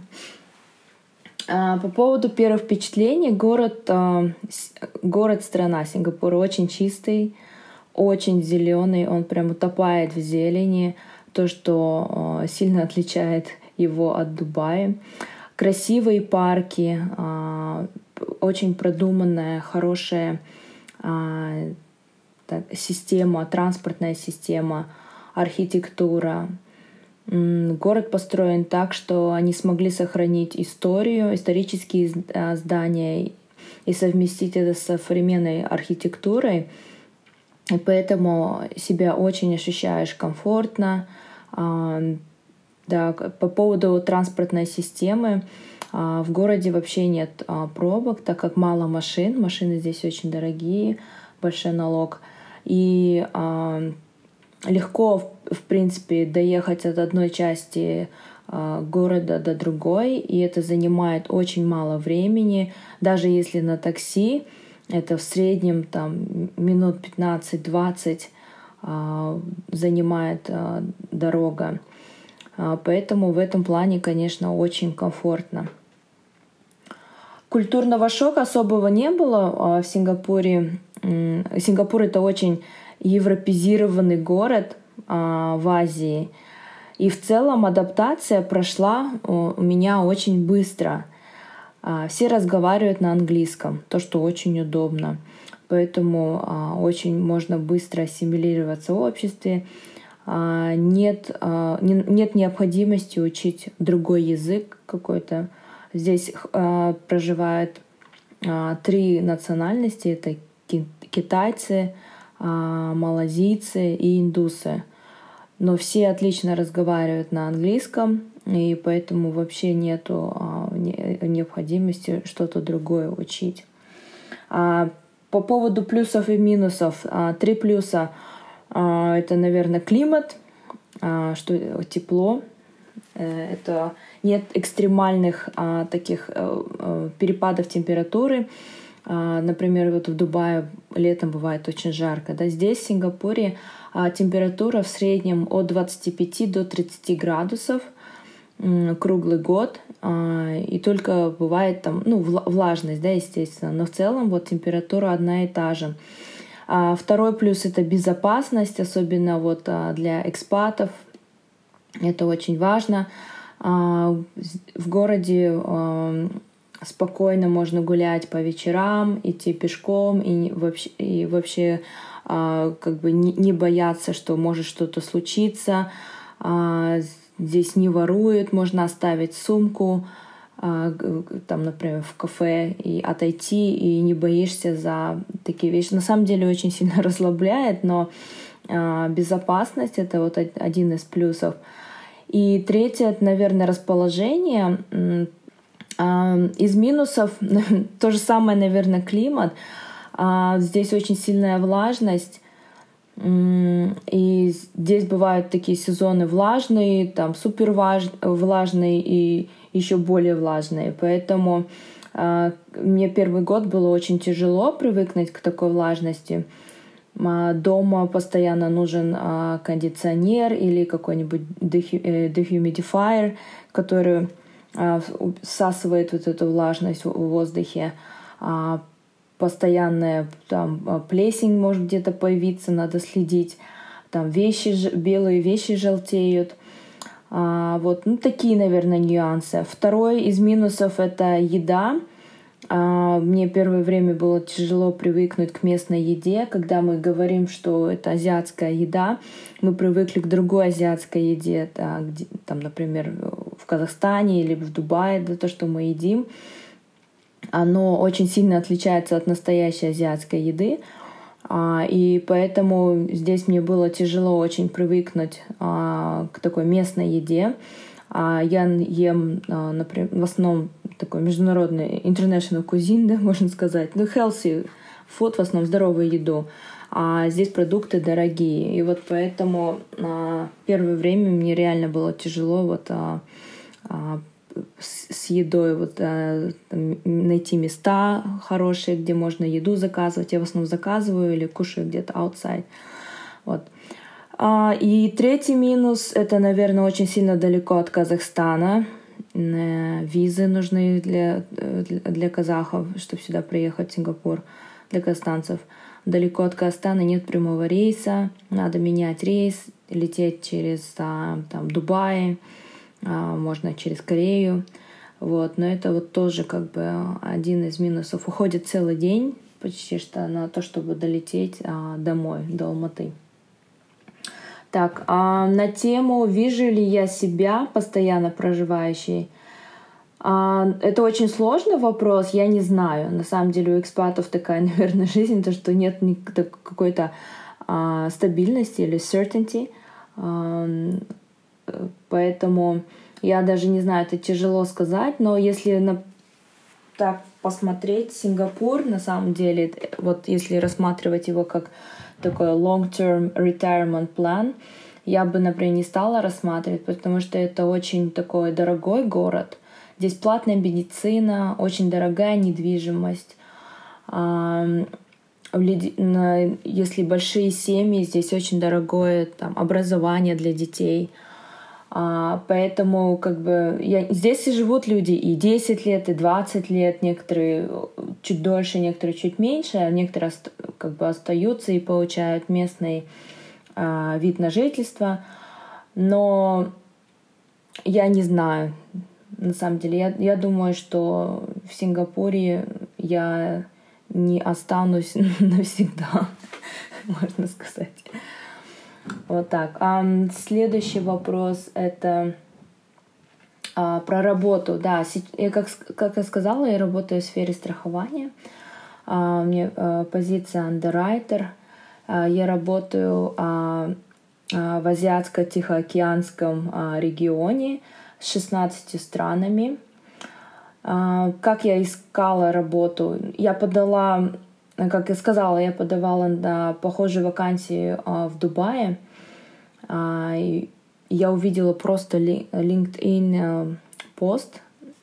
По поводу первых впечатлений, город-страна Сингапура очень чистый, очень зеленый, он прям утопает в зелени, то, что сильно отличает его от Дубая. красивые парки, очень продуманная, хорошая система, транспортная система, архитектура. Город построен так, что они смогли сохранить историю, исторические здания и совместить это с современной архитектурой. И поэтому себя очень ощущаешь комфортно. Да, по поводу транспортной системы, в городе вообще нет пробок, так как мало машин. Машины здесь очень дорогие, большой налог. И легко, в принципе, доехать от одной части города до другой, и это занимает очень мало времени. Даже если на такси, это в среднем там, минут 15-20 занимает дорога. Поэтому в этом плане, конечно, очень комфортно. Культурного шока особого не было в Сингапуре. Сингапур — это очень европезированный город в Азии. И в целом адаптация прошла у меня очень быстро. Все разговаривают на английском, то, что очень удобно. Поэтому очень можно быстро ассимилироваться в обществе. Нет необходимости учить другой язык какой-то. Здесь проживают 3 национальности. Это китайцы, малазийцы и индусы. Но все отлично разговаривают на английском, и поэтому вообще нету необходимости что-то другое учить. По поводу плюсов и минусов. 3 плюса — это, наверное, климат, что тепло. Это нет экстремальных таких перепадов температуры. Например, вот в Дубае летом бывает очень жарко. Да? Здесь, в Сингапуре, температура в среднем от 25 до 30 градусов круглый год. И только бывает там, влажность, да, естественно. Но в целом вот температура одна и та же. Второй плюс — это безопасность, особенно вот для экспатов. Это очень важно. В городе спокойно можно гулять по вечерам, идти пешком и вообще как бы не бояться, что может что-то случиться. Здесь не воруют, можно оставить сумку там, например, в кафе и отойти, и не боишься за такие вещи. На самом деле очень сильно расслабляет, но безопасность — это вот один из плюсов. И третье — это, наверное, расположение. Из минусов то же самое, наверное, климат. Здесь очень сильная влажность. И здесь бывают такие сезоны влажные, там супер влажные и еще более влажные. Поэтому мне первый год было очень тяжело привыкнуть к такой влажности. Дома постоянно нужен кондиционер или какой-нибудь dehumidify, который всасывает вот эту влажность в воздухе. Постоянная там плесень может где-то появиться, надо следить. Там белые вещи желтеют. Вот, такие, наверное, нюансы. Второй из минусов — это еда. Мне первое время было тяжело привыкнуть к местной еде. Когда мы говорим, что это азиатская еда, мы привыкли к другой азиатской еде. Там, например, в Казахстане или в Дубае, то, что мы едим, оно очень сильно отличается от настоящей азиатской еды. И поэтому здесь мне было тяжело очень привыкнуть к такой местной еде. Я ем, например, в основном такой международный international cuisine, да, можно сказать, healthy food, в основном здоровую еду. А здесь продукты дорогие. И вот поэтому первое время мне реально было тяжело вот с едой найти места хорошие, где можно еду заказывать. Я в основном заказываю или кушаю где-то outside. Вот. И третий минус — это, наверное, очень сильно далеко от Казахстана. Визы нужны для казахов, чтобы сюда приехать в Сингапур, для казахстанцев. Далеко от Казахстана нет прямого рейса, надо менять рейс, лететь через Дубай, можно через Корею. Вот, но это вот тоже как бы один из минусов. Уходит целый день почти что на то, чтобы долететь домой, до Алматы. Так, на тему, вижу ли я себя постоянно проживающей. Это очень сложный вопрос, я не знаю. На самом деле у экспатов такая, наверное, жизнь, то, что нет какой-то стабильности или certainty. Поэтому я даже не знаю, это тяжело сказать, но если так посмотреть, Сингапур, на самом деле, вот если рассматривать его как такой long-term retirement plan, я бы, например, не стала рассматривать, потому что это очень такой дорогой город. Здесь платная медицина, очень дорогая недвижимость. Если большие семьи, здесь очень дорогое там, образование для детей. Поэтому как бы здесь и живут люди и 10 лет, и 20 лет, некоторые чуть дольше, некоторые чуть меньше, а некоторые как бы остаются и получают местный вид на жительство. Но я не знаю, на самом деле. Я думаю, что в Сингапуре я не останусь навсегда, можно сказать. Вот так. Следующий вопрос — это про работу. Да, как я сказала, я работаю в сфере страхования. У меня позиция underwriter. Я работаю в Азиатско-Тихоокеанском регионе с 16 странами. Как я искала работу? Я подала, как я сказала, я подавала на похожие вакансии в Дубае. Я увидела просто LinkedIn пост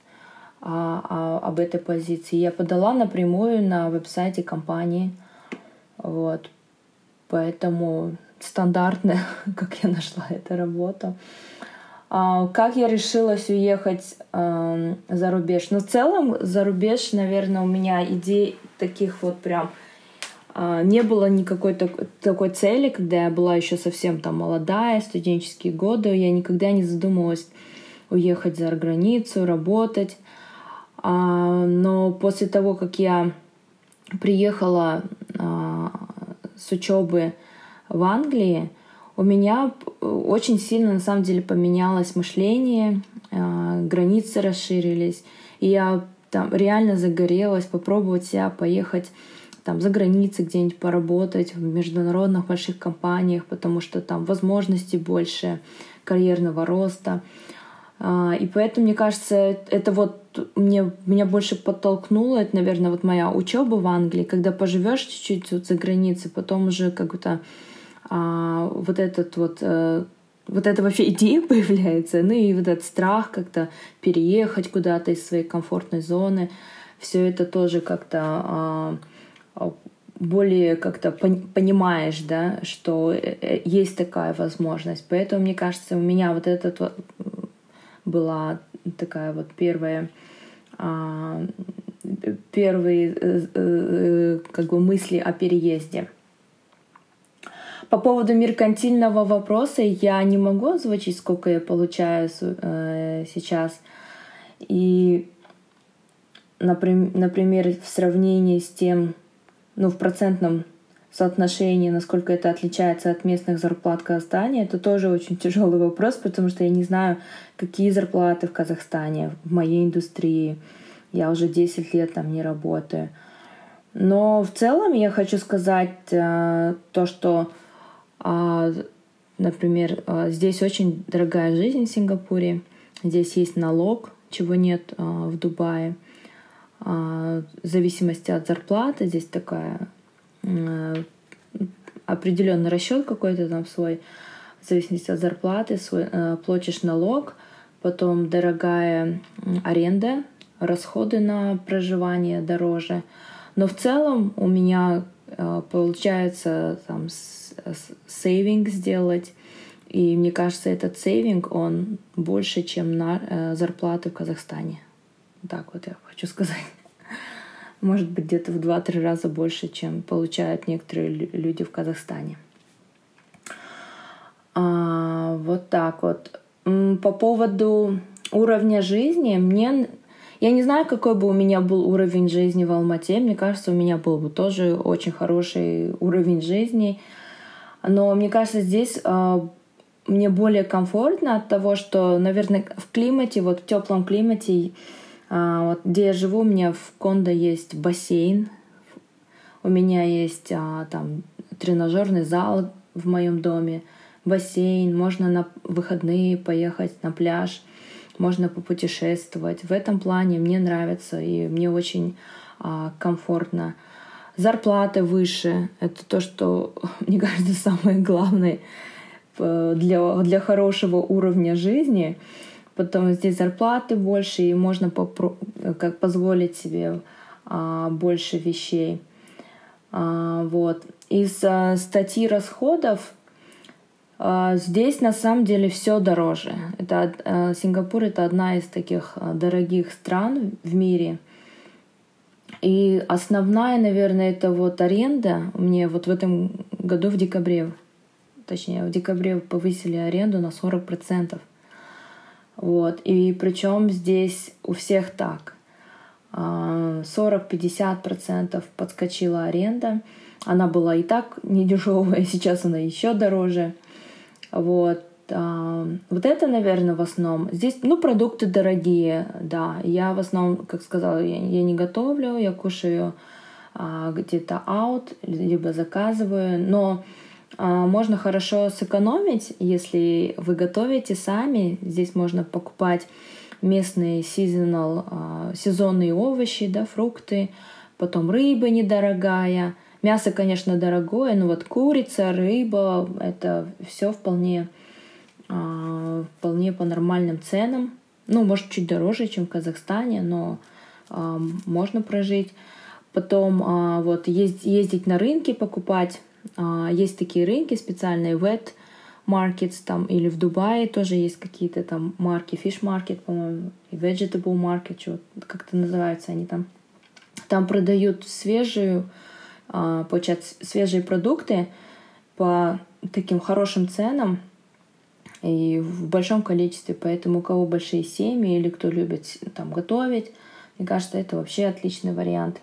об этой позиции. Я подала напрямую на веб-сайте компании. Вот. Поэтому стандартно, как я нашла эту работу. Как я решилась уехать за рубеж? Ну, в целом, за рубеж, наверное, у меня идей таких вот прям не было никакой такой цели, когда я была еще совсем там молодая, студенческие годы. Я никогда не задумывалась уехать за границу, работать. Но после того, как я приехала с учебы в Англии, у меня очень сильно, на самом деле, поменялось мышление, границы расширились, и я там реально загорелась попробовать себя, поехать там за границей где-нибудь поработать в международных больших компаниях, потому что там возможностей больше, карьерного роста. И поэтому, мне кажется, это вот меня больше подтолкнуло, это, наверное, вот моя учеба в Англии, когда поживешь чуть-чуть вот за границей, потом уже как-то вот эта вообще идея появляется, ну и вот этот страх как-то переехать куда-то из своей комфортной зоны, все это тоже как-то более как-то понимаешь, да, что есть такая возможность. Поэтому, мне кажется, у меня вот это была такая вот первые как бы мысли о переезде. По поводу меркантильного вопроса я не могу озвучить, сколько я получаю сейчас. И, например, в сравнении с тем, в процентном соотношении, насколько это отличается от местных зарплат в Казахстане, это тоже очень тяжелый вопрос, потому что я не знаю, какие зарплаты в Казахстане, в моей индустрии. Я уже 10 лет там не работаю. Но в целом я хочу сказать то, что, например, здесь очень дорогая жизнь в Сингапуре. Здесь есть налог, чего нет в Дубае. В зависимости от зарплаты здесь такая определенный расчет какой-то там свой, в зависимости от зарплаты, платишь налог, потом дорогая аренда, расходы на проживание дороже. Но в целом у меня получается там сейвинг сделать, и мне кажется, этот сейвинг, он больше, чем на зарплаты в Казахстане. Так вот я хочу сказать. Может быть, где-то в 2-3 раза больше, чем получают некоторые люди в Казахстане. Вот так вот. По поводу уровня жизни, мне Я не знаю, какой бы у меня был уровень жизни в Алмате. Мне кажется, у меня был бы тоже очень хороший уровень жизни. Но мне кажется, здесь мне более комфортно от того, что, наверное, в климате, вот в теплом климате, вот где я живу, у меня в кондо есть бассейн, у меня есть там тренажерный зал в моем доме, бассейн, можно на выходные поехать на пляж, можно попутешествовать. В этом плане мне нравится и мне очень комфортно. Зарплаты выше. Это то, что, мне кажется, самое главное для хорошего уровня жизни. Потом здесь зарплаты больше, и можно позволить себе больше вещей. Вот. Из статьи расходов здесь на самом деле все дороже. Сингапур — это одна из таких дорогих стран в мире. И основная, наверное, это вот аренда. Мне вот в этом году в декабре повысили аренду на 40%. Вот. И причем здесь у всех так. 40-50% подскочила аренда. Она была и так недешевая, сейчас она еще дороже. Вот. Вот это, наверное, в основном. Здесь, продукты дорогие, да. Я в основном, как сказала, я не готовлю, я кушаю где-то out, либо заказываю. Но можно хорошо сэкономить, если вы готовите сами. Здесь можно покупать местные сезонные овощи, да, фрукты. Потом рыба недорогая. Мясо, конечно, дорогое, но вот курица, рыба — это все вполне по нормальным ценам. Может, чуть дороже, чем в Казахстане, но можно прожить. Потом вот ездить на рынки, покупать. Есть такие рынки специальные, wet markets, там, или в Дубае тоже есть какие-то там марки, fish market, по-моему, и vegetable market, как-то называются они там. Там продают свежие продукты по таким хорошим ценам и в большом количестве. Поэтому у кого большие семьи или кто любит там готовить, мне кажется, это вообще отличный вариант.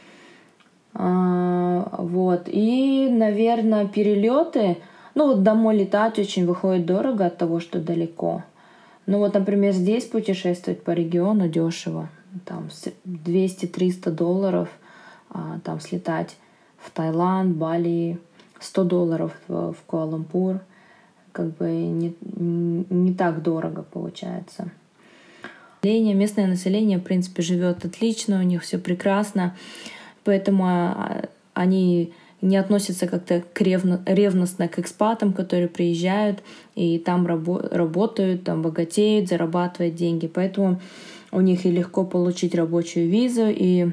Вот. И, наверное, перелеты. Домой летать очень выходит дорого от того, что далеко. Например, здесь путешествовать по региону дешево. Там $200-300 там слетать в Таиланд, Бали, $100 в Куала-Лумпур. Как бы не так дорого получается. Местное население, в принципе, живет отлично, у них все прекрасно. Поэтому они не относятся как-то ревностно к экспатам, которые приезжают и там работают, там богатеют, зарабатывают деньги. Поэтому у них и легко получить рабочую визу, и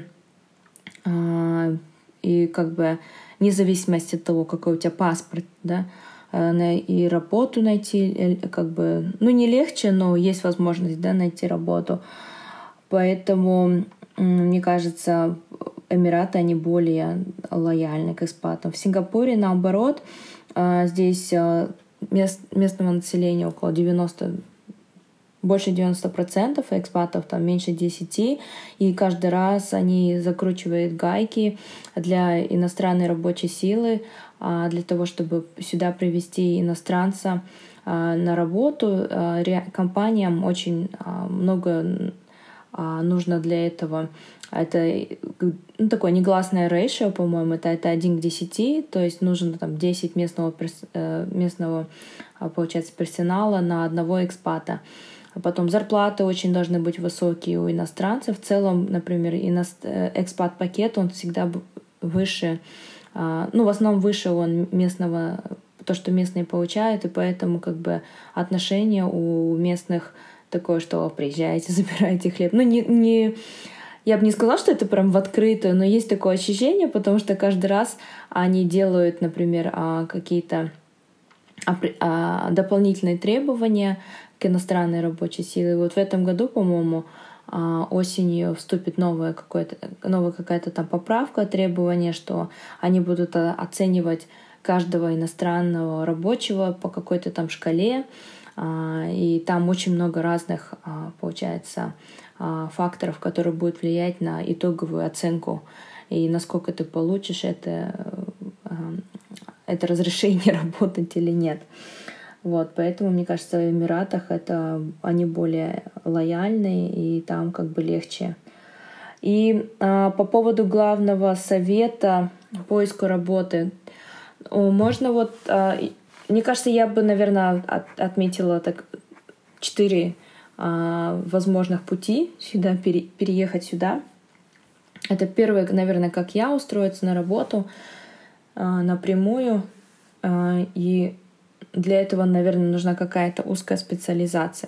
как бы вне зависимости от того, какой у тебя паспорт, да, и работу найти, как бы, не легче, но есть возможность, да, найти работу. Поэтому, мне кажется, Эмираты, они более лояльны к экспатам. В Сингапуре, наоборот, здесь местного населения около 90%, больше 90%, а экспатов там меньше 10%. И каждый раз они закручивают гайки для иностранной рабочей силы, для того, чтобы сюда привести иностранца на работу. Компаниям очень много нужно для этого. Это такое негласное ratio, по-моему, это 1 к 10, то есть нужно там 10 местного, получается, персонала на одного экспата. А потом зарплаты очень должны быть высокие у иностранцев. В целом, например, экспат-пакет, он всегда выше, в основном выше он местного, то, что местные получают, и поэтому как бы отношение у местных такое, что приезжаете, забираете хлеб. Я бы не сказала, что это прям в открытую, но есть такое ощущение, потому что каждый раз они делают, например, какие-то дополнительные требования к иностранной рабочей силе. Вот в этом году, по-моему, осенью вступит новая какая-то там поправка, требование, что они будут оценивать каждого иностранного рабочего по какой-то там шкале, и там очень много разных, получается, факторов, которые будут влиять на итоговую оценку и насколько ты получишь это разрешение работать или нет. Вот, поэтому, мне кажется, в Эмиратах они более лояльные, и там как бы легче. И по поводу главного совета поиску работы, можно мне кажется, я бы, наверное, отметила так 4 возможных пути сюда, переехать сюда. Это первое, наверное, как я устроиться на работу напрямую. И для этого, наверное, нужна какая-то узкая специализация.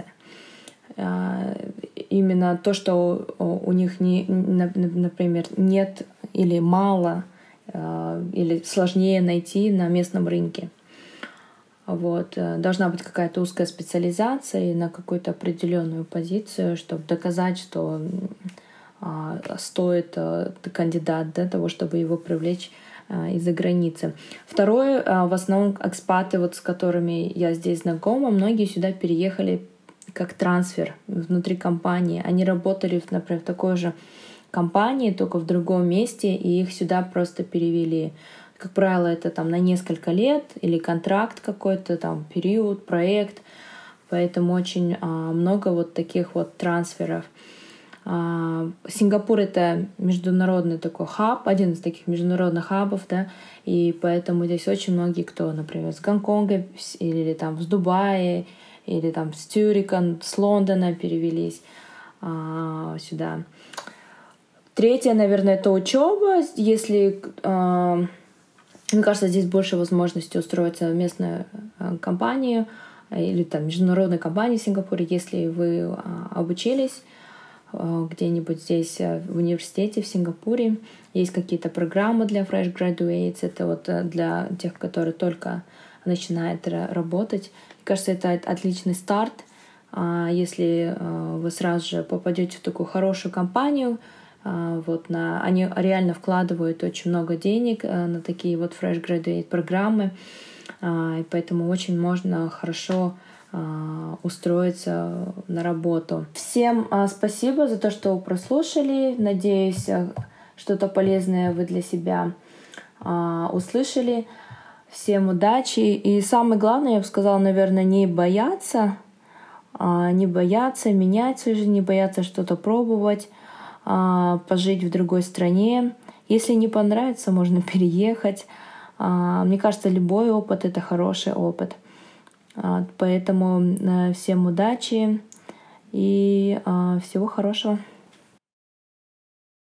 Именно то, что у них, например, нет или мало, или сложнее найти на местном рынке. Вот. Должна быть какая-то узкая специализация на какую-то определенную позицию, чтобы доказать, что стоит кандидат для того, чтобы его привлечь из-за границы. Второе, в основном экспаты, с которыми я здесь знакома, многие сюда переехали как трансфер внутри компании. Они работали, например, в такой же компании, только в другом месте, и их сюда просто перевели. Как правило, это там на несколько лет или контракт какой-то, там период, проект. Поэтому очень много таких трансферов. Сингапур — это международный такой хаб, один из таких международных хабов, да, и поэтому здесь очень многие, кто, например, с Гонконга или там с Дубая, или там с Цюриха, с Лондона перевелись сюда. Третье, наверное, это учеба. Если, мне кажется, здесь больше возможностей устроиться в местную компанию или там международную компанию в Сингапуре, если вы обучились где-нибудь здесь в университете в Сингапуре. Есть какие-то программы для fresh graduates. Это для тех, которые только начинают работать. Мне кажется, это отличный старт. Если вы сразу же попадете в такую хорошую компанию, они реально вкладывают очень много денег на такие fresh graduate программы. И поэтому очень можно хорошо устроиться на работу. Всем спасибо за то, что прослушали. Надеюсь, что-то полезное вы для себя услышали. Всем удачи. И самое главное, я бы сказала, наверное, не бояться менять свою жизнь, не бояться что-то пробовать, пожить в другой стране. Если не понравится, можно переехать. Мне кажется, любой опыт — это хороший опыт. Поэтому всем удачи и всего хорошего.